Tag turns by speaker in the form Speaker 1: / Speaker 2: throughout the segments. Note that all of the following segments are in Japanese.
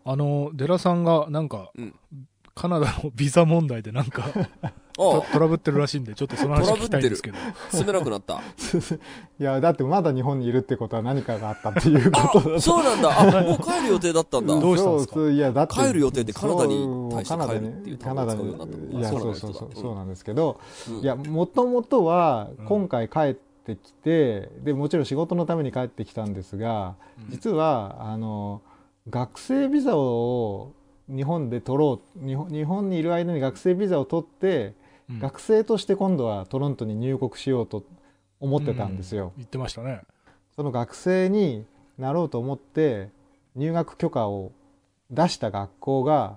Speaker 1: デラさんがなんか、
Speaker 2: うん、
Speaker 1: カナダのビザ問題でなんかトラブってるらしいんで、ちょっとその話聞きたいんですけど。
Speaker 2: 住めなくなった。
Speaker 3: いや、だってまだ日本にいるってことは何かがあったっていうことだ
Speaker 2: あ、そうなんだ。もう帰る予定だったんだ。
Speaker 1: どうしたんですか？
Speaker 3: いや、だって
Speaker 2: 帰る予定ってカナダに対して帰るっていう単語を使うようになったの。
Speaker 3: いや、そうなんですけど、いや、もともとは今回帰ってきて、で、もちろん仕事のために帰ってきたんですが、実は、学生ビザを日本で取ろう、日本にいる間に学生ビザを取って、学生として今度はトロントに入国しようと思ってたんですよ。
Speaker 1: 言ってましたね。
Speaker 3: その学生になろうと思って入学許可を出した学校が、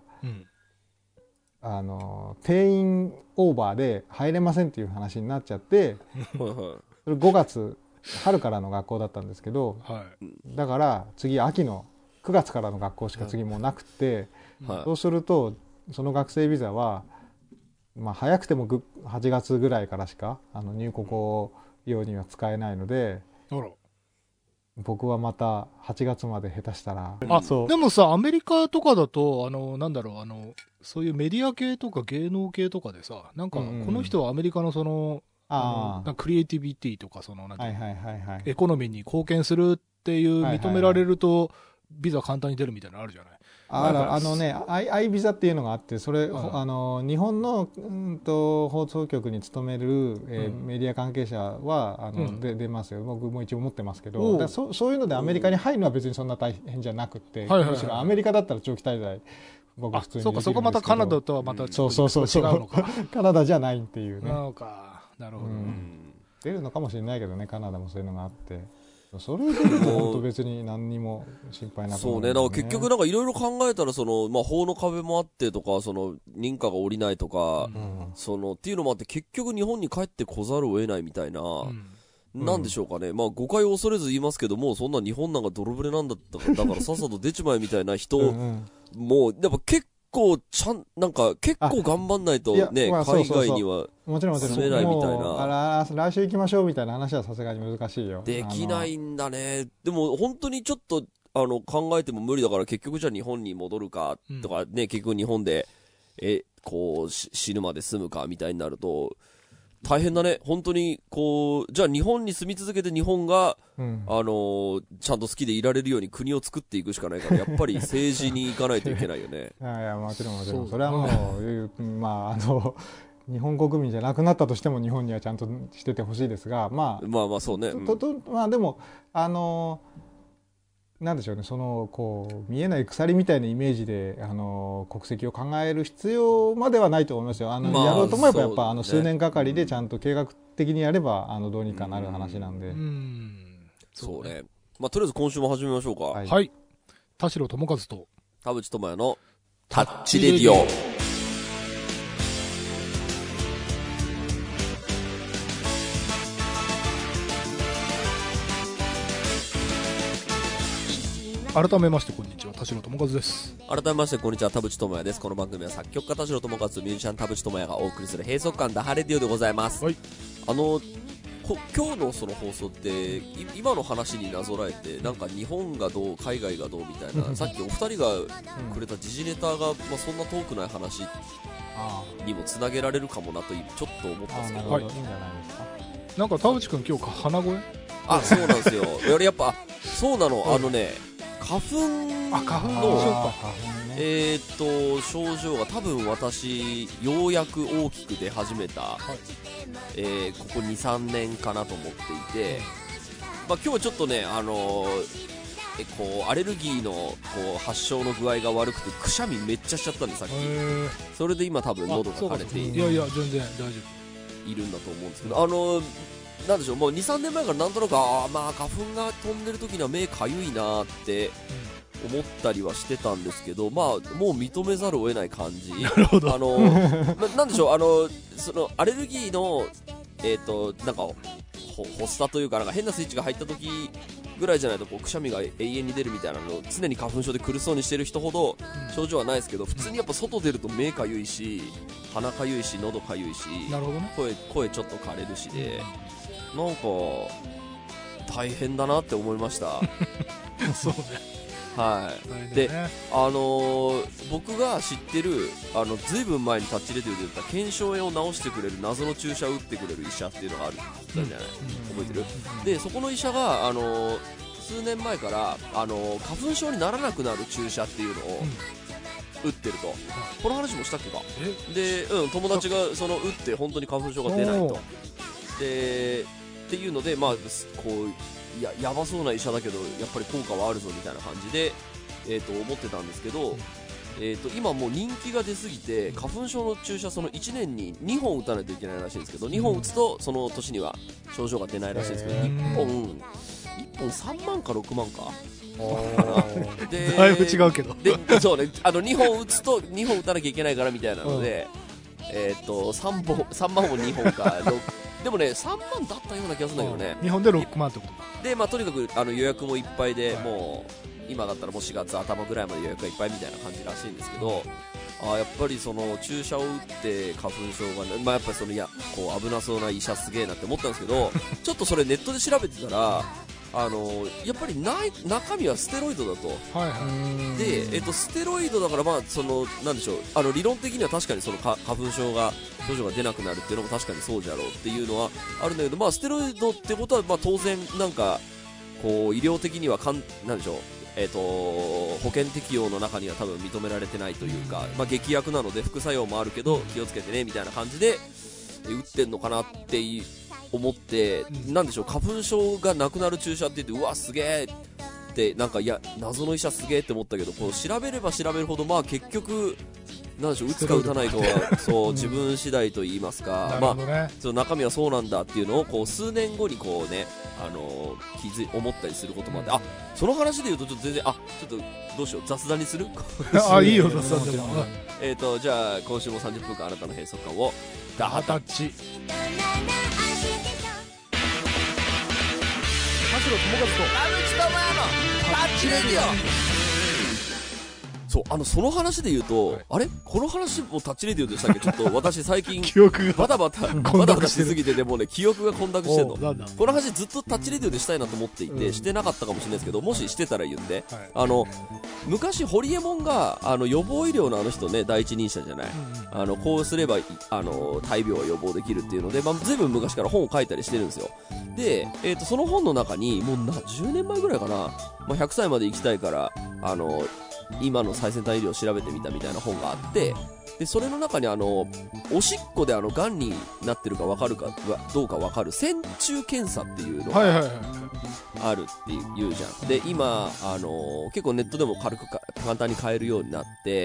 Speaker 3: 定員オーバーで入れませんっていう話になっちゃってそれ5月春からの学校だったんですけど、だから次秋の9月からの学校しか次もうなくて、そうするとその学生ビザはまあ早くても8月ぐらいからしか入国用には使えないので、僕はまた8月まで下手したら。
Speaker 1: でもさ、アメリカとかだとなんだろう、そういうメディア系とか芸能系とかでさ、なんかこの人はアメリカのそのクリエイティビティとかそのなんていうの、エコノミーに貢献するっていう認められるとビザ簡単に出るみたいなのあるじゃない。
Speaker 3: I ビザっていうのがあって、それ、日本の、放送局に勤める、メディア関係者は出ますよ。僕も一応持ってますけど、そういうのでアメリカに入るのは別にそんな大変じゃなくて、むしろアメリカだったら長期滞在僕普通にできるんですけど。
Speaker 1: そこまたカナダとはまた違うのか。
Speaker 3: カナダじゃないっていうね。
Speaker 1: なるほど。
Speaker 3: 出るのかもしれないけどね、カナダもそういうのがあって。それでも別に何にも心配なく、
Speaker 2: そうね。だから結局なんかいろいろ考えたら法の壁もあってとか、認可が下りないとか、っていうのもあって結局日本に帰ってこざるを得ないみたいな、なんでしょうかね。まあ誤解を恐れず言いますけども、そんな日本なんか泥船なんだったから、だからさっさと出ちまえみたいな人もうやっぱ結構なんか結構頑張んないとね、海外には住めないみたいな。
Speaker 3: 来週行きましょうみたいな話はさすがに難しいよ。
Speaker 2: できないんだね。でも本当にちょっと考えても無理だから結局じゃあ日本に戻るかとかね、結局日本でこう死ぬまで住むかみたいになると大変だね。本当にこうじゃあ日本に住み続けて日本が、ちゃんと好きでいられるように国を作っていくしかないから、やっぱり政治に行かないといけないよね。
Speaker 3: いやもちろんそれはもうまあ日本国民じゃなくなったとしても日本にはちゃんとしててほしいですが、まあ
Speaker 2: そうね。
Speaker 3: まあでもなんでしょうね、こう見えない鎖みたいなイメージで国籍を考える必要まではないと思いますよ。やろうと思えばやっぱ数年がかりでちゃんと計画的にやればどうにかなる話なんで。
Speaker 2: そうね。まあとりあえず今週も始めましょうか。
Speaker 1: はい。田代智和と
Speaker 2: 田淵智也のタッチレディオ。
Speaker 1: 改めましてこんにちは、田代智和です。
Speaker 2: 改めましてこんにちは、田淵智也です。この番組は作曲家田代智和、ミュージシャン田淵智也がお送りする閉塞感ダハレディオでございます。今日のその放送って今の話になぞらえてなんか日本がどう海外がどうみたいなさっきお二人がくれた時事ネタが、そんな遠くない話にもつなげられるかもなとちょっと思ったんですけど、
Speaker 3: いいんじゃないですか。
Speaker 1: なんか田淵君今日鼻声？
Speaker 2: そうなんですよ。やっぱそうなの。花粉の症状が多分私ようやく大きく出始めた、ここ 2,3 年かなと思っていて、今日はちょっとねアレルギーの発症の具合が悪くてくしゃみめっちゃしちゃったんでさっき。それで今多分喉が枯れている。
Speaker 1: いや全然大丈
Speaker 2: 夫いるんだと思うんですけど、なんでしょう、もう 2,3 年前からなんとなく花粉が飛んでる時には目かゆいなって思ったりはしてたんですけど、もう認めざるを得ない感じ。
Speaker 1: なるほど。
Speaker 2: なんでしょう、そのアレルギーのなんか発作というか、なんか変なスイッチが入った時ぐらいじゃないとくしゃみが永遠に出るみたいなの、常に花粉症で苦しそうにしてる人ほど症状はないですけど、普通にやっぱ外出ると目かゆいし鼻かゆいし喉かゆいし、
Speaker 1: なるほどね、
Speaker 2: 声ちょっと枯れるしで、なんか大変だなって思いました。
Speaker 1: そうね。
Speaker 2: はい、で、僕が知ってるずいぶん前にタッチレディオで言った腱鞘炎を治してくれる謎の注射を打ってくれる医者っていうのがあるじゃない、覚えてる？でそこの医者が数年前から花粉症にならなくなる注射っていうのを打ってると、この話もしたっけかで、友達がその打って本当に花粉症が出ないとでっていうので、まあこうやばそうな医者だけどやっぱり効果はあるぞみたいな感じで、思ってたんですけど、今もう人気が出すぎて花粉症の注射その1年に2本打たないといけないらしいんですけど、2本打つとその年には症状が出ないらしいんですけど、1本3万か6万か
Speaker 1: でだいぶ違うけど
Speaker 2: でそうね、2本打つと2本打たなきゃいけないからみたいなので、3万を2本かでもね3万だったような気がするんだけどね、
Speaker 1: 2本で6万ってこと
Speaker 2: で、まあ、とにかく予約もいっぱいで、もう今だったらもう4月頭ぐらいまで予約がいっぱいみたいな感じらしいんですけど、やっぱりその注射を打って花粉症が、ね、まあ、やっぱりそのこう危なそうな医者すげえなって思ったんですけどちょっとそれネットで調べてたらやっぱり中身はステロイドだと、で、ステロイドだから、まあ、そのなんでしょう、理論的には確かにその花粉症が症状が出なくなるっていうのも確かにそうじゃろうっていうのはあるんだけど、まあ、ステロイドってことは、まあ、当然なんかこう医療的にはなんでしょう、保険適用の中には多分認められてないというか、まあ、劇薬なので副作用もあるけど気をつけてねみたいな感じで打ってんのかなって思って、なんでしょう、花粉症がなくなる注射って言ってうわすげえってなんか謎の医者すげえって思ったけど、こう調べれば調べるほどまあ結局なんでしょう、打つか打たないかはそう自分次第と言いますか、まあその中身はそうなんだっていうのをこう数年後にこうね思ったりすることもあって、あ、その話で言うとちょっと全然ちょっとどうしよう、雑談にする
Speaker 1: いいよ雑談でも
Speaker 2: じゃあ今週も30分間あなたの閉塞感を
Speaker 1: ダハタッチ田代友和と
Speaker 2: 田口智也のタッチレディオ。そうその話で言うと、あれこの話もタッチレディオでしたっけ？ちょっと私最近
Speaker 1: 記憶が
Speaker 2: バタしすぎててもうね記憶が混濁してんの。この話ずっとタッチレディオでしたいなと思っていて、してなかったかもしれないですけど、もししてたら言って、昔ホリエモンが予防医療の人ね、第一人者じゃない、こうすれば大病は予防できるっていうので、まあ、ずいぶん昔から本を書いたりしてるんですよ。で、その本の中にもう10年前ぐらいかな、まあ、100歳まで生きたいから今の最先端医療を調べてみたみたいな本があって、でそれの中におしっこでがんになってるか分かるかどうか分かる線虫検査っていうのがあるっていうじゃん。で今結構ネットでも簡単に買えるようになって、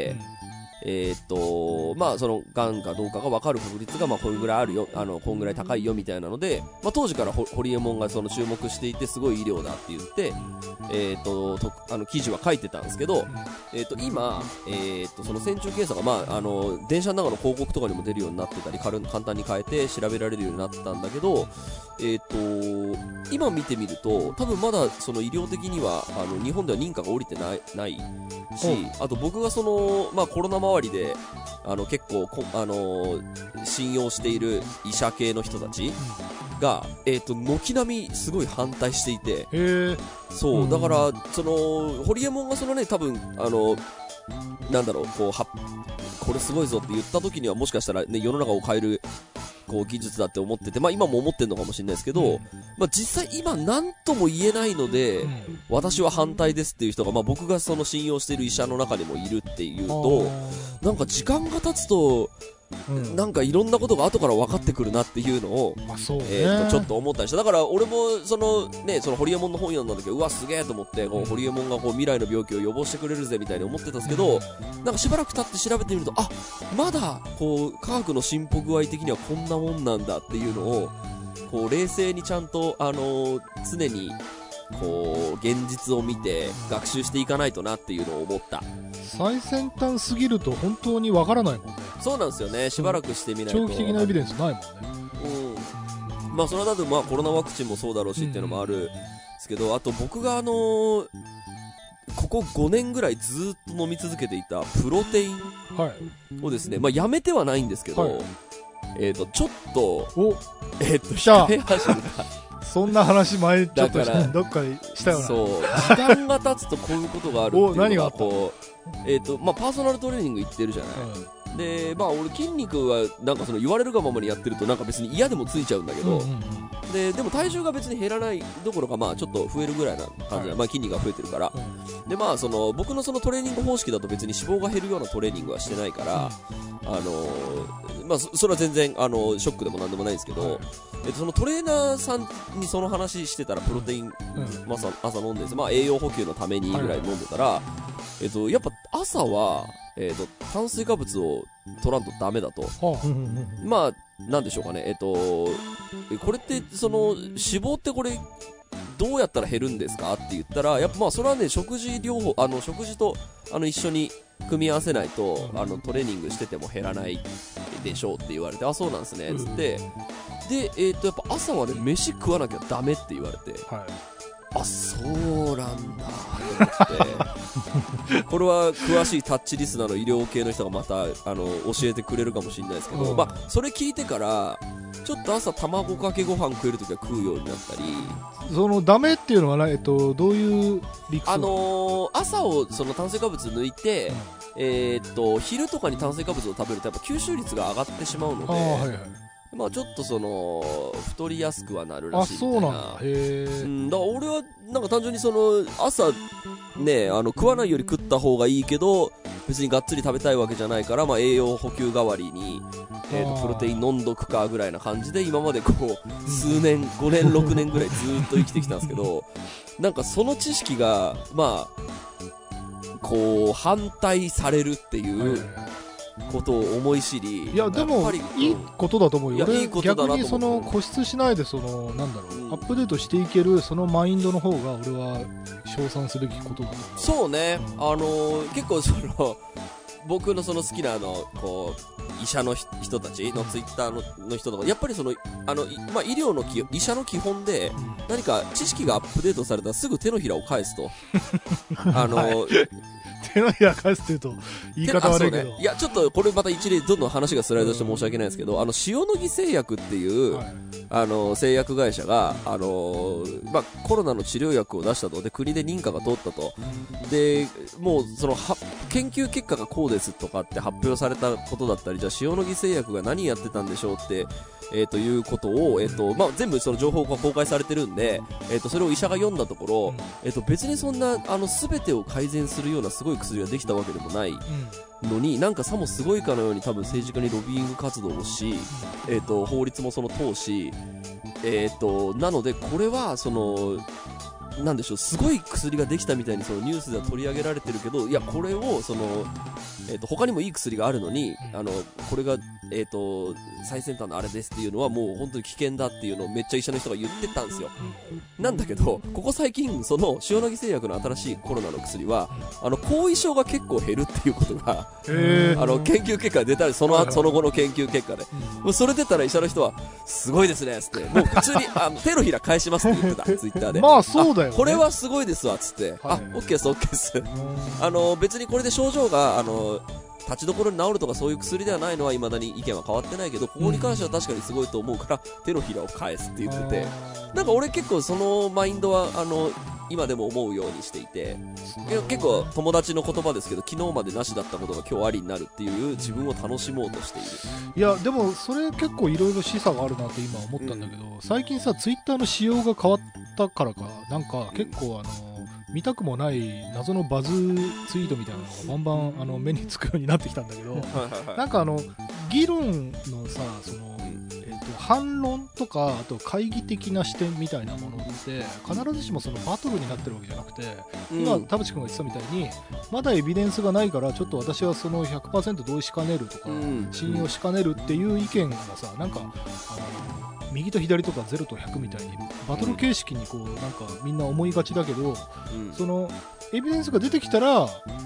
Speaker 2: まあそのがんかどうかが分かる確率がまあこれぐらいあるよ、こんぐらい高いよみたいなので、まあ、当時からホリエモンがその注目していてすごい医療だって言って記事は書いてたんですけど、今、その線虫検査が、まあ、電車の中の広告とかにも出るようになってたり簡単に変えて調べられるようになったんだけど、今見てみると多分まだその医療的には日本では認可が下りてないし、あと僕がその、まあ、コロナ周りで結構信用している医者系の人たちが、軒並みすごい反対していて、そうだからそのホリエモンがそのね多分なんだろうこれすごいぞって言った時にはもしかしたら、ね、世の中を変える技術だって思ってて、まあ、今も思ってるのかもしれないですけど、まあ、実際今何とも言えないので、私は反対ですっていう人が、まあ、僕がその信用している医者の中にもいるっていうと、なんか時間が経つとなんかいろんなことが後から分かってくるなっていうのを、ちょっと思ったりした。だから俺もそのホリエモンの本読んだ時はうわすげえと思って、ホリエモンが未来の病気を予防してくれるぜみたいに思ってたんですけど、なんかしばらく経って調べてみると、まだ科学の進歩具合的にはこんなもんなんだっていうのを冷静にちゃんと常に現実を見て学習していかないとなっていうのを思った。
Speaker 1: 最先端すぎると本当にわからないもんね。
Speaker 2: そうなんですよね。しばらくしてみないと
Speaker 1: 長期的なエビデンスないもんね。
Speaker 2: まあそれは多分コロナワクチンもそうだろうしっていうのもあるんですけど、あと僕がここ5年ぐらいずっと飲み続けていたプロテインをですね、まあやめてはないんですけど、ちょっと控え始めた。
Speaker 1: そんな話前ちょっとどっかでしたよな。
Speaker 2: そう時間が経つとこういうことがあるっていうのが
Speaker 1: 何があった
Speaker 2: こうまあパーソナルトレーニング行ってるじゃない、でまあ俺筋肉はなんかその言われるがままにやってるとなんか別に嫌でもついちゃうんだけど、でも体重が別に減らないどころかまあちょっと増えるぐらいな感じで、まあ筋肉が増えてるから、でまあその僕のそのトレーニング方式だと別に脂肪が減るようなトレーニングはしてないから、まあそれは全然ショックでもなんでもないんですけど、そのトレーナーさんにその話してたらプロテイン、朝飲んでまあ栄養補給のためにぐらい飲んでたら、やっぱ朝は炭水化物を取らんとダメだと、まあなんでしょうかね、これってその脂肪ってこれどうやったら減るんですかって言ったら、やっぱまあそれはね食事療法食事と一緒に組み合わせないとトレーニングしてても減らないでしょうって言われて、あそうなんですねつって、でやっぱ朝はね飯食わなきゃダメって言われて、あそうなんだと思ってこれは詳しいタッチリスナーの医療系の人がまた教えてくれるかもしれないですけど、まあそれ聞いてからちょっと朝卵かけご飯食えるときは食うようになったり。
Speaker 1: そのダメっていうのは、どういう理屈？
Speaker 2: 朝をその炭水化物抜いて、昼とかに炭水化物を食べるとやっぱ吸収率が上がってしまうので、まあちょっとその太りやすくはなるらしいみたいな。
Speaker 1: あ、そうなんだ。へ
Speaker 2: え。だから俺はなんか単純にその朝ね食わないより食った方がいいけど別にがっつり食べたいわけじゃないから、まあ栄養補給代わりにプロテイン飲んどくかぐらいな感じで今までこう数年5年6年ぐらいずっと生きてきたんですけど、なんかその知識がまあこう反対されるっていうことを思い知り、
Speaker 1: いやでもいいことだと思うよ。俺逆にその固執しないでそのなんだろう、アップデートしていけるそのマインドの方が俺は称賛すべきことだと思う。
Speaker 2: そうね、結構その僕のその好きなこう医者の人たちのツイッターの人とかやっぱりそのまあ医療の医者の基本で何か知識がアップデートされたらすぐ手のひらを返すと
Speaker 1: 手のひら返すっていうと言い方悪いけど、
Speaker 2: いやちょっとこれまた一例どんどん話がスライドして申し訳ないですけど、塩野義製薬っていう、製薬会社がまあ、コロナの治療薬を出したと。で国で認可が通ったと。でもうその研究結果がこうですとかって発表されたことだったり、じゃあ塩野義製薬が何やってたんでしょうってということを、まあ、全部その情報が公開されてるんで、それを医者が読んだところ、別にそんな全てを改善するようなすごい薬ができたわけでもないのに、なんかさもすごいかのように多分政治家にロビーイング活動をし、法律もその通し、なのでこれはそのなんでしょう、すごい薬ができたみたいにそのニュースでは取り上げられてるけど、いやこれをその他にもいい薬があるのにこれが最先端のあれですっていうのはもう本当に危険だっていうのをめっちゃ医者の人が言ってたんですよ。なんだけどここ最近その塩野義製薬の新しいコロナの薬は後遺症が結構減るっていうことが研究結果が出たり、その後の研究結果で、もうそれ出たら医者の人はすごいですねっつって、もう普通に手のひら返しますって言ってたツイッターで。
Speaker 1: まあそうだよね、
Speaker 2: これはすごいですわっつって、オッケーですオッケーです。別にこれで症状が立ちどころに治るとかそういう薬ではないのは未だに意見は変わってないけど、ここに関しては確かにすごいと思うから手のひらを返すって言ってて、なんか俺結構そのマインドは今でも思うようにしていて、結構友達の言葉ですけど昨日までなしだったことが今日ありになるっていう自分を楽しもうとしている。
Speaker 1: いやでもそれ結構いろいろ示唆があるなって今思ったんだけど、最近さツイッターの仕様が変わったからかなんか結構見たくもない謎のバズツイートみたいなのがバンバン目につくようになってきたんだけどなんか議論のさその、反論とかあと懐疑的な視点みたいなものって必ずしもそのバトルになってるわけじゃなくて、今田淵君が言ってたみたいにまだエビデンスがないからちょっと私はその 100% 同意しかねるとか、信用しかねるっていう意見がさなんか右と左とか0と100みたいにバトル形式にこうなんかみんな思いがちだけど、そのエビデンスが出てきたらその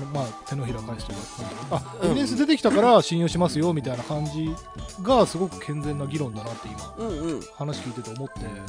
Speaker 1: まあ、手のひら返すというか、エビデンス出てきたから信用しますよみたいな感じがすごく健全な議論だなって今、話聞いてて思って、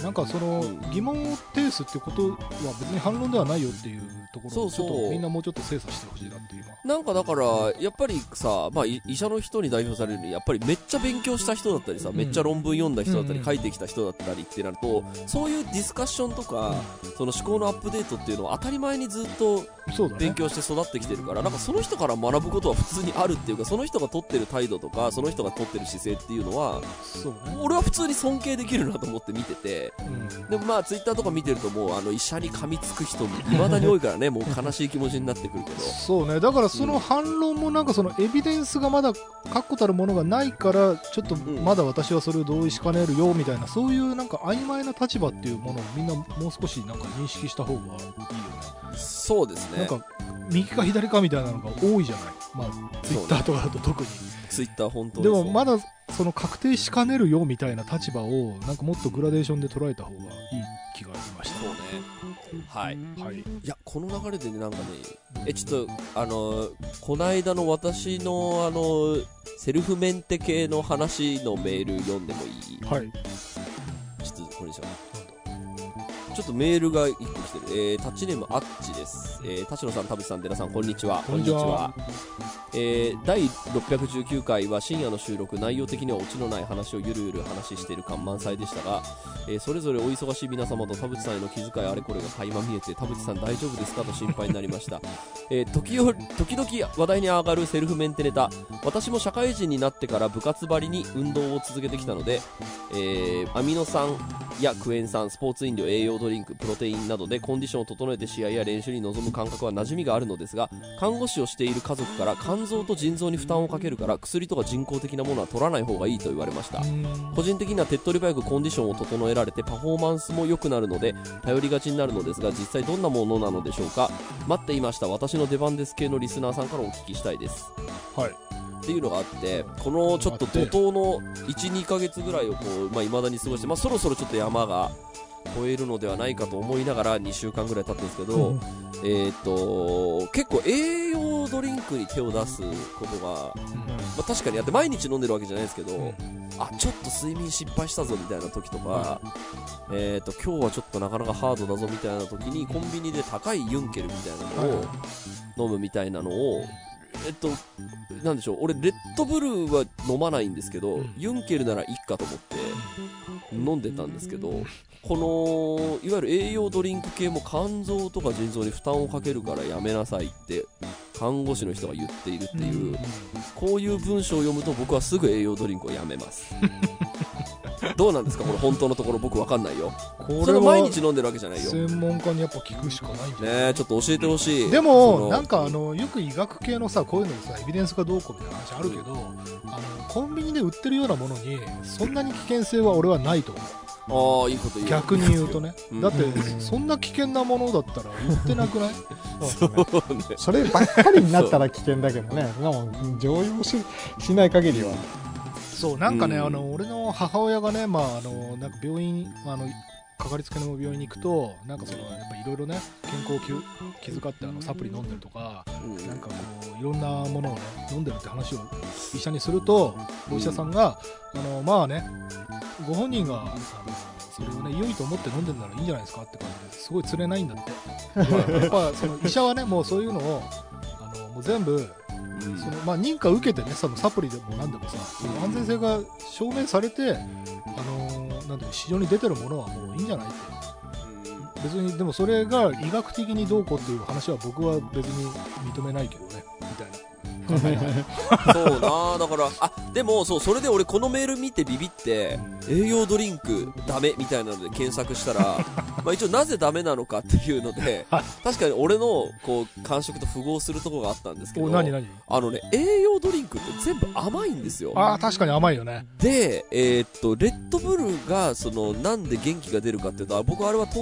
Speaker 1: なんかその疑問を呈すってことは別に反論ではないよっていうところをちょっとみんなもうちょっと精査してほしいなっていう
Speaker 2: なんかだからやっぱりさ、まあ、医者の人に代表されるにやっぱりめっちゃ勉強した人だったりさ、めっちゃ論文読んだ人だったり書いてきた人だったりってなると、そういうディスカッションとか、その思考のアップデートっていうのを当たり前にずっと勉強して育ってきてるから、なんかその人から学ぶことは普通にあるっていうか、その人が取ってる態度とかその人が取ってる姿勢っていうのは俺は普通に尊敬できるなと思って見てて、でもまあツイッターとか見てるともう医者に噛みつく人未だに多いからね、もう悲しい気持ちになってくるけど
Speaker 1: そうね、だからその反論もなんかそのエビデンスがまだ確固たるものがないからちょっとまだ私はそれを同意しかねるよみたいな、そういうなんか曖昧な立場っていうものをみんなもう少しなんか認識した方がいいよね。
Speaker 2: そうですね。
Speaker 1: なんか右か左かみたいなのが多いじゃない。まあツイッターとかだと特に。
Speaker 2: ツイッター本当に
Speaker 1: でもまだその確定しかねるよみたいな立場をなんかもっとグラデーションで捉えた方がいい気がしました。
Speaker 2: そうね。はい。
Speaker 1: はい。い
Speaker 2: やこの流れでね、なんかね、ちょっとこの間の私のセルフメンテ系の話のメール読んでもいい？
Speaker 1: はい。
Speaker 2: ちょっとこれにしよう。ちょっとメールが1個来てる。タッチネームあっちです。田代さん、田淵さん、寺さん、こんにちは。
Speaker 1: こんにちは。
Speaker 2: 第619回は深夜の収録、内容的にはオチのない話をゆるゆる話している感満載でしたが、それぞれお忙しい皆様と田淵さんへの気遣いあれこれが垣間見えて、田淵さん大丈夫ですかと心配になりました。時々話題に上がるセルフメンテネタ、私も社会人になってから部活張りに運動を続けてきたので、アミノ酸やクエン酸、スポーツ飲料、栄養ドリンク、プロテインなどでコンディションを整えて試合や練習に臨む感覚は馴染みがあるのですが、看護師をしている家族から肝臓と腎臓に負担をかけるから薬とか人工的なものは取らない方がいいと言われました。個人的には手っ取り早くコンディションを整えられてパフォーマンスも良くなるので頼りがちになるのですが、実際どんなものなのでしょうか。待っていました、私の出番です系のリスナーさんからお聞きしたいです。
Speaker 1: はい
Speaker 2: っていうのがあって、このちょっと怒涛の 1,2 ヶ月ぐらいをこう、まあ、未だに過ごして、そろそろちょっと山が超えるのではないかと思いながら2週間ぐらい経ってるんですけど、結構栄養ドリンクに手を出すことが、確かにあって毎日飲んでるわけじゃないですけど、ちょっと睡眠失敗したぞみたいな時とか、今日はちょっとなかなかハードだぞみたいな時にコンビニで高いユンケルみたいなのを飲むみたいなのを、なんでしょう、俺レッドブルは飲まないんですけど、ユンケルならいいかと思って飲んでたんですけど、このいわゆる栄養ドリンク系も肝臓とか腎臓に負担をかけるからやめなさいって看護師の人が言っているっていう、こういう文章を読むと僕はすぐ栄養ドリンクをやめますどうなんですかこれ本当のところ、僕わかんないよ。それ毎日飲んでるわけじゃないよ。
Speaker 1: 専門家にやっぱ聞くしかないんじゃない
Speaker 2: ねえ、ちょっと教えてほしい。
Speaker 1: でもなんかよく医学系のさ、こういうのでさエビデンスかどうこうみたいな話あるけど、コンビニで売ってるようなものにそんなに危険性は俺はないと思う。
Speaker 2: いいこと言う。
Speaker 1: 逆に言うとね、だってそんな危険なものだったら売ってなくない？
Speaker 3: そうね。そればっかりになったら危険だけどね、常用しない限りは。
Speaker 1: そうなんかね、俺の母親がね、なんか病院かかりつけの病院に行くと、なんかそのやっぱいろいろね健康を気遣ってサプリ飲んでるとか、なんかこういろんなものをね飲んでるって話を医者にすると、お医者さんがまあね、ご本人がそれをね良いと思って飲んでるならいいんじゃないですかって感じですごい釣れないんだってやっぱその医者はねもうそういうのをもう全部認可受けてね、そのサプリでも何でもさ、安全性が証明されてなんて市場に出てるものはもういいんじゃないって、別にでもそれが医学的にどうこうっていう話は僕は別に認めないけどねみたいな
Speaker 2: そうな、だからでもそれで俺このメール見てビビって栄養ドリンクダメみたいなので検索したら一応なぜダメなのかっていうので確かに俺のこう感触と符合するところがあったんですけど、栄養ドリンクって全部甘いんですよ。
Speaker 1: 確かに甘いよね。
Speaker 2: でレッドブルがなんで元気が出るかっていうと、僕はあれは糖分だと思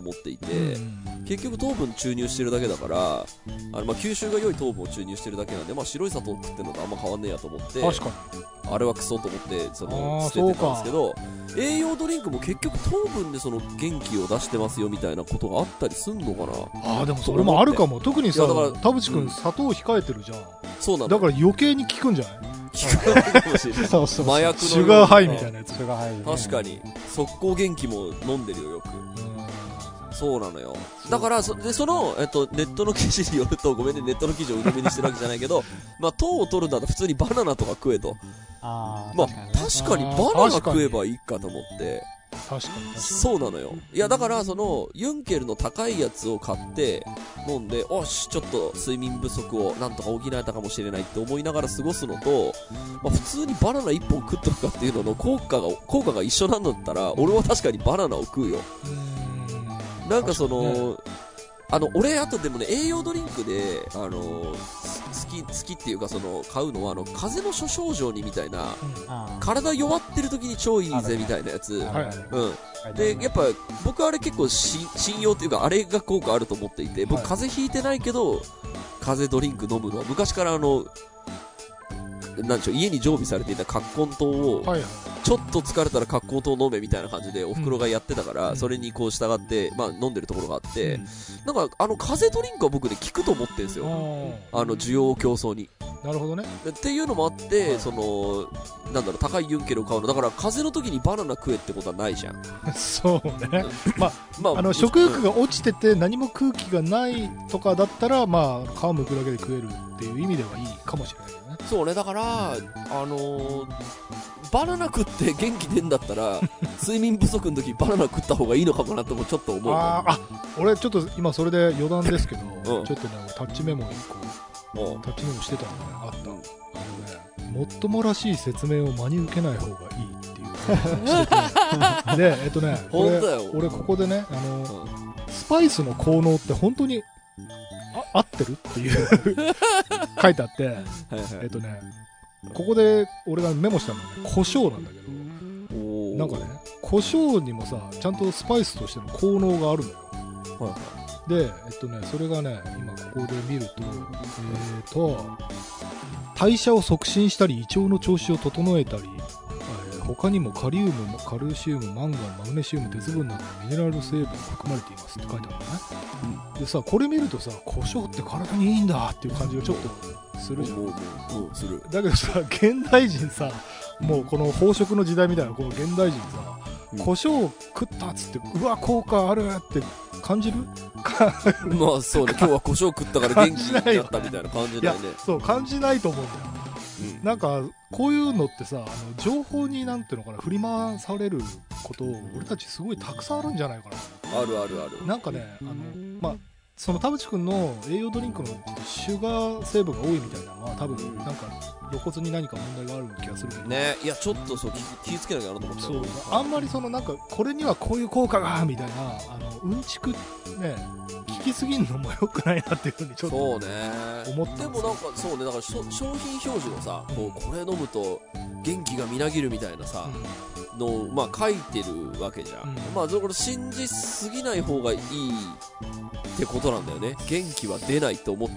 Speaker 2: 思っていて、結局糖分注入してるだけだから、吸収が良い糖分を注入してるだけなんで、白い砂糖食ってるのとあんま変わんねえやと思って、
Speaker 1: 確かに
Speaker 2: あれはクソと思って捨ててたんですけど、栄養ドリンクも結局糖分で元気を出してますよみたいなことがあったりすんのかな。
Speaker 1: でもそれもあるかも。特にさ、田淵君砂糖控えてるじゃん。
Speaker 2: そうなん
Speaker 1: だから余計に効くんじゃない？
Speaker 2: 効くかもしれない。
Speaker 3: そうそう
Speaker 2: 麻薬の
Speaker 1: シュガーハイみたいなやつ。
Speaker 3: シュガーハイ、ね、
Speaker 2: 確かに速攻元気も飲んでるよよく。そうなのよ。だからネットの記事によると、ごめんね、ネットの記事を鵜呑みにしてるわけじゃないけど、糖を取るんだったら普通にバナナとか食えと。確かにバナナ食えばいいかと思って。
Speaker 1: 確かに
Speaker 2: そうなのよ。いやだからユンケルの高いやつを買って飲んで、おしちょっと睡眠不足をなんとか補えたかもしれないって思いながら過ごすのと、普通にバナナ1本食っとくかっていうのの効果が一緒なんだったら、俺は確かにバナナを食うよ。なんか俺あとでもね、栄養ドリンクで好きっていうか買うのは風邪の諸症状にみたいな、体弱ってる時に超いいぜみたいなやつ。でやっぱ僕あれ結構信用っていうか、あれが効果あると思っていて、僕風邪ひいてないけど風邪ドリンク飲むのは昔からなんでしょう、家に常備されていた葛根湯を、ちょっと疲れたら葛根湯飲めみたいな感じでお袋がやってたから、それにこう従って飲んでるところがあって、なんか風邪ドリンクは僕ね効くと思ってるんですよ、需要競争に。
Speaker 1: なるほどね。
Speaker 2: っていうのもあって、高いユンケルを買うのだから、風邪の時にバナナ食えってことはないじゃん。
Speaker 1: そうね。食欲が落ちてて何も空気がないとかだったら、皮むくだけで食えるっていう意味ではいいかもしれないけどね。
Speaker 2: そうね。だからバナナ食って元気出んだったら睡眠不足の時バナナ食った方がいいのかもなともちょっと思う。
Speaker 1: 俺ちょっと今それで余談ですけど、ちょっとねタッチメモ1個タッチメモしてたのね、あった。もっともらしい説明を真に受けない方がいいっていうしててで俺ここでねスパイスの効能って本当に合ってるっていう書いてあってここで俺がメモしたのはね、胡椒なんだけど、なんかね、胡椒にもさ、ちゃんとスパイスとしての効能があるのよ。で、それがね、今ここで見ると、代謝を促進したり、胃腸の調子を整えたり、他にもカルシウム、マンガン、マグネシウム、鉄分などのミネラル成分が含まれていますって書いてあるのね。でさ、これ見るとさ、胡椒って体にいいんだっていう感じがちょっとするじゃん。
Speaker 2: する。
Speaker 1: だけどさ、現代人さ、もうこの飽食の時代みたいなこの現代人さ、胡椒食ったっつってうわ効果あるって感じる？
Speaker 2: そうね。今日は胡椒食ったから元気になったみたいな感じだよね。
Speaker 1: そう感じないと思うんだよ。なんかこういうのってさ、情報になんていうのかな、振り回されることを俺たちすごいたくさんあるんじゃないかな。
Speaker 2: ある。
Speaker 1: なんかね、その田淵君の栄養ドリンクのシュガー成分が多いみたいなのは多分なんか露骨に何か問題がある気がするけど
Speaker 2: ね。いやちょっと気をつけなきゃなと思って。
Speaker 1: そうあんまりなんかこれにはこういう効果がみたいなうんちくね聞きすぎるのも良くないなっていうふうにちょっと思ってます。
Speaker 2: でもなんかそうね、だから商品表示のさ、これ飲むと元気がみなぎるみたいなさ、の書いてるわけじゃん。これ信じすぎない方がいいってことなんだよね。元気は出ないと思って。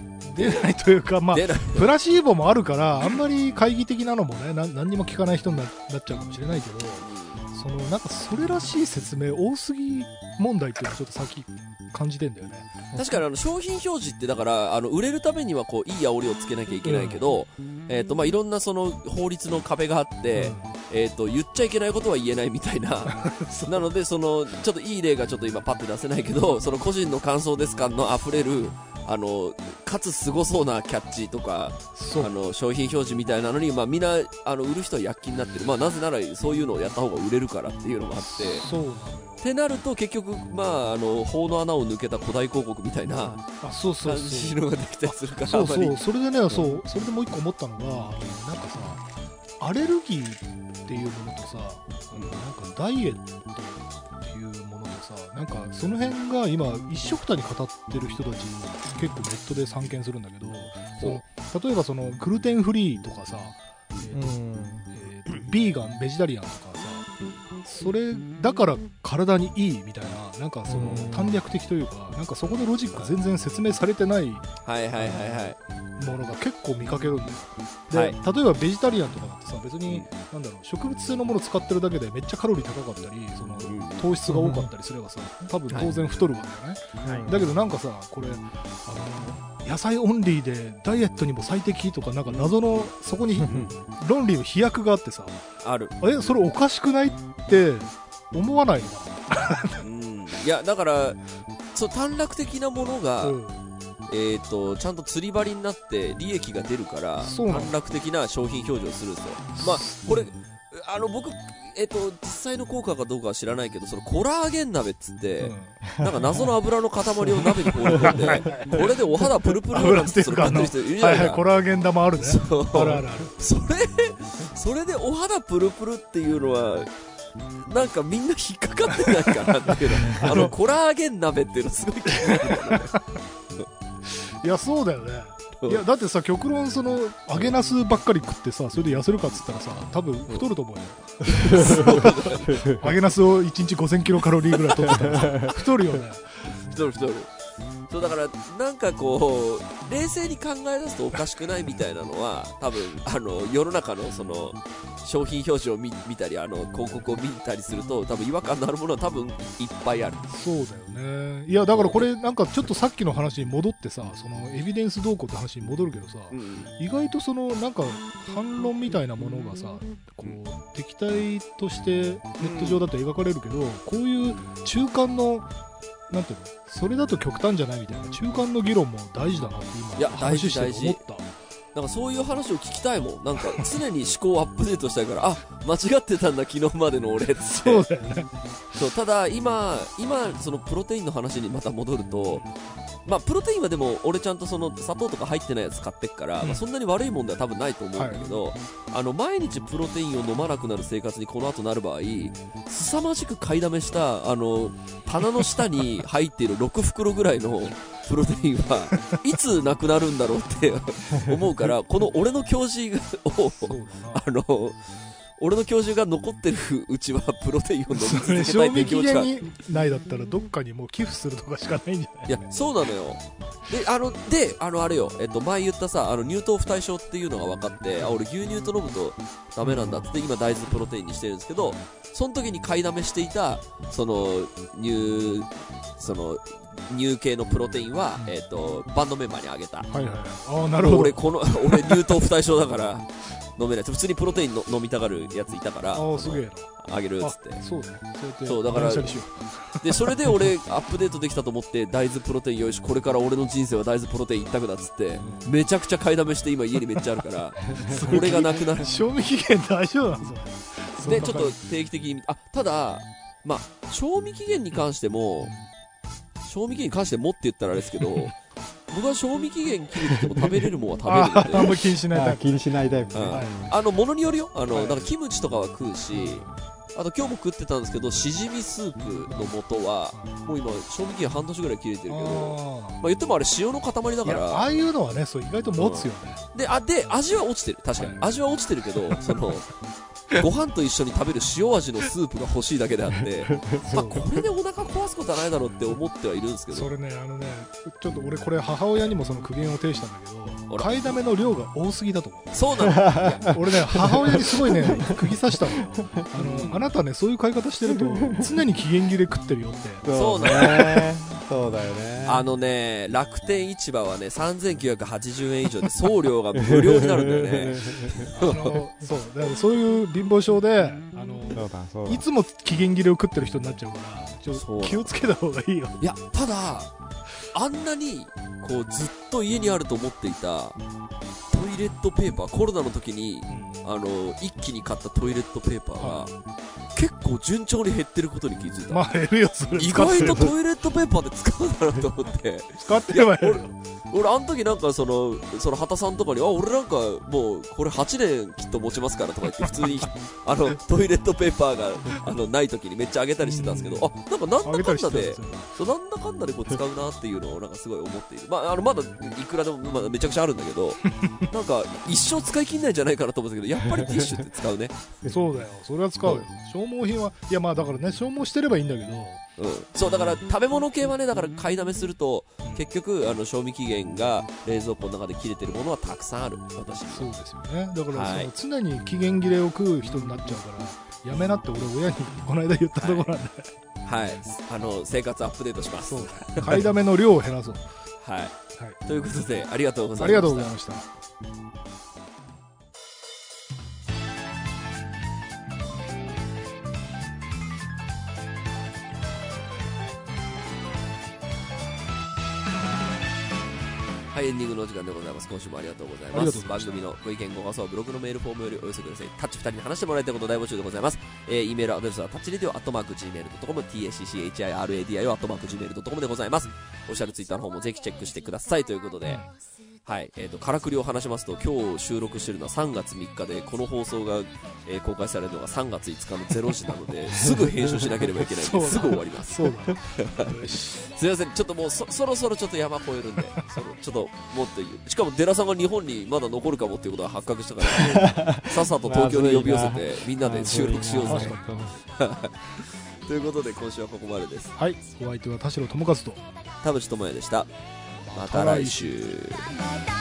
Speaker 1: 出ないというかプラシーボもあるからあんまり懐疑的なのもね何にも聞かない人になっちゃうかもしれないけど、なんかそれらしい説明多すぎ問題っていうのはちょっとさっき感じてんだよね。
Speaker 2: 確かに商品表示ってだから売れるためにはこういい煽りをつけなきゃいけないけど、いろんな法律の壁があって、言っちゃいけないことは言えないみたいななのでちょっといい例がちょっと今パッて出せないけど、個人の感想です感の溢れるかつすごそうなキャッチとか商品表示みたいなのに、みんな売る人は躍起になってる。なぜならそういうのをやった方が売れるからっていうのもあって、ってなると結局法の穴を抜けた古代広告みたいな感じのができたりするから。
Speaker 1: それでね、それでもう一個思ったのがなんかさ、アレルギーっていうものとさ、なんかダイエットっていうものとさ、なんかその辺が今一緒くたに語ってる人たち結構ネットで散見するんだけど、例えばグルテンフリーとかさ、ビーガンベジタリアンとかさ、 それだから体にいいみたいな、なんかその短絡的というか、なんかそこのロジック全然説明されてないものが結構見かけるんだよ。で、例えばベジタリアンとかだってさ、別になんだろう、植物性のもの使ってるだけでめっちゃカロリー高かったり、その糖質が多かったりすればさ、多分当然太るわけだよね。だけどなんかさ、これ野菜オンリーでダイエットにも最適とか、なんか謎のそこに論理の飛躍があってさ、
Speaker 2: ある。
Speaker 1: それおかしくないって思わないのか
Speaker 2: な。いやだからそう短絡的なものが、ちゃんと釣り針になって利益が出るから短絡的な商品表示をするんですよ。まあこれ僕実際の効果かどうかは知らないけど、そのコラーゲン鍋っつって、なんか謎の油の塊を鍋に放り込んで、これでお肌プルプルなんてそれ買ってる人いるじゃないですか。
Speaker 1: コラーゲン玉あるね。あるあるある。
Speaker 2: それでお肌プルプルっていうのはなんかみんな引っかかってないかなっていうの。コラーゲン鍋っていうのすごい気になるんだよね。
Speaker 1: いやそうだよね。いやだってさ、極論その揚げナスばっかり食ってさ、それで痩せるかっつったらさ、多分太ると思うよ。揚げナスを1日5000キロカロリーぐらい取ってたら太るよね。
Speaker 2: 太る。そうだからなんかこう冷静に考え出すとおかしくないみたいなのは、多分世の中のその商品表示を見たり広告を見たりすると、多分違和感のあるものは多分いっぱいある。
Speaker 1: そうだよね。いやだからこれなんかちょっとさっきの話に戻ってさ、そのエビデンス動向って話に戻るけどさ、意外とそのなんか反論みたいなものがさ、こう敵対としてネット上だと描かれるけど、こういう中間のなんていうの、それだと極端じゃないみたいな中間の議論も大事だなって今話して思った。
Speaker 2: なんかそういう話を聞きたいもん。なんか常に思考をアップデートしたいから、あ、間違ってたんだ昨日までの俺って。
Speaker 1: そうだよね。
Speaker 2: そう、ただ今そのプロテインの話にまた戻ると、まあプロテインはでも俺ちゃんとその砂糖とか入ってないやつ買ってっから、まあ、そんなに悪いもんでは多分ないと思うんだけど、毎日プロテインを飲まなくなる生活にこの後なる場合、凄まじく買いだめした棚の下に入っている6袋ぐらいのプロテインはいつなくなるんだろうって思うから、この俺の教授を俺の教授が残ってるうちはプロテインを飲み続けたいっていう気持ちが。
Speaker 1: 賞味期限ないだったらどっかにもう寄付するとかしかないんじゃない？
Speaker 2: いやそうなのよ。であれよ、前言ったさ乳糖不対症っていうのが分かって、俺牛乳と飲むとダメなんだって今大豆プロテインにしてるんですけど、その時に買いだめしていたその乳系のプロテインは、バンドメンバーにあげた。
Speaker 1: はいはい。あ、なるほど。
Speaker 2: 俺乳糖不対症だから飲めない。普通にプロテイン飲みたがるやついたから、
Speaker 1: すげえな。
Speaker 2: あげるっつって。
Speaker 1: そうね。
Speaker 2: そうだからでそれで俺アップデートできたと思って大豆プロテインよし、これから俺の人生は大豆プロテイン一択だっつって、めちゃくちゃ買いだめして今家にめっちゃあるからこれがなくなる。
Speaker 1: 賞味期限大丈夫なんですよ。
Speaker 2: でちょっと定期的にただまあ賞味期限に関してもって言ったらあれですけど僕は賞味期限切れてても食べれるもんは食べれるんで
Speaker 1: あんまり気にしないタイプ。
Speaker 3: 気にしないタイプ、
Speaker 2: ものによるよ。なんかキムチとかは食うし、あと今日も食ってたんですけど、しじみスープの素はもう今賞味期限半年ぐらい切れてるけど、まあ言ってもあれ塩の塊だから、
Speaker 1: ああいうのはね、そう意外と持つよね。
Speaker 2: で味は落ちてる。確かに味は落ちてるけど、そのご飯と一緒に食べる塩味のスープが欲しいだけであってまあこれでお腹壊すことはないだろうって思ってはいるんですけど、
Speaker 1: それねちょっと俺これ母親にもその苦言を呈したんだけど、買いだめの量が多すぎだと思う。
Speaker 2: そうなの。
Speaker 1: 俺ね母親にすごいね釘刺したのよ。あなたねそういう買い方してると常に期限切れ食ってるよって。
Speaker 2: そうね。
Speaker 3: そうだよね。
Speaker 2: 楽天市場はね3980円以上で送料が無料になるんだよね。
Speaker 1: そうだからそういう貧乏症でいつも期限切れを食ってる人になっちゃうから、ちょっと気をつけた方がいいよ。
Speaker 2: いやただあんなにこうずっと家にあると思っていたトイレットペーパー、コロナの時に一気に買ったトイレットペーパーが結構順調に減ってることに気づいた。
Speaker 1: まあ減るよそれ。
Speaker 2: 意外とトイレットペーパーで使うんだなと思って
Speaker 1: 使ってれば減る。
Speaker 2: 俺あの時なんかその畑さんとかに俺なんかもうこれ8年きっと持ちますからとか言って普通にトイレットペーパーがない時にめっちゃあげたりしてたんですけど、なんかなんだかんだでこう使うななっていうのをなんかすごい思っている。まだいくらでも、まだめちゃくちゃあるんだけどなんか一生使い切んないんじゃないかなと思うんだけど、やっぱりティッシュって使うね
Speaker 1: そうだよ、それは使うよ、消耗品は。いやまあだからね、消耗してればいいんだけど、
Speaker 2: そうだから食べ物系はね、だから買いだめすると結局賞味期限が冷蔵庫の中で切れてるものはたくさんある。私
Speaker 1: そうですよね。だから、常に期限切れを食う人になっちゃうからやめなって俺親にこの間言ったところなんで、
Speaker 2: はい、生活アップデートします。
Speaker 1: そう買いだめの量を減らそう
Speaker 2: はい、ということでありがとうございました。
Speaker 1: ありがとうございました。
Speaker 2: はい、エンディングのお時間でございます。今週もありがとうございます。番組のご意見ご感想はブログのメールフォームよりお寄せください。タッチ2人に話してもらいたいこと大募集でございます。E メールアドレスはタッチレディオ@gmail.com、tacchiradio@gmail.com でございます。オフィシャルツイッターの方もぜひチェックしてくださいということで、はい、からくりを話しますと、今日収録しているのは3月3日で、この放送が、公開されるのが3月5日の0時なので、すぐ編集しなければいけないので、すぐ終わります。
Speaker 1: そうだ
Speaker 2: すみません、ちょっともうそろそろちょっと山越えるんで、ちょっともっとしかもデラさんが日本にまだ残るかもっていうことが発覚したから、さっさと東京に呼び寄せて、みんなで収録しようぜ。ということで、今週はここまでです。
Speaker 1: はい、お相手は田代智和と
Speaker 2: 田淵智也でした。また来週。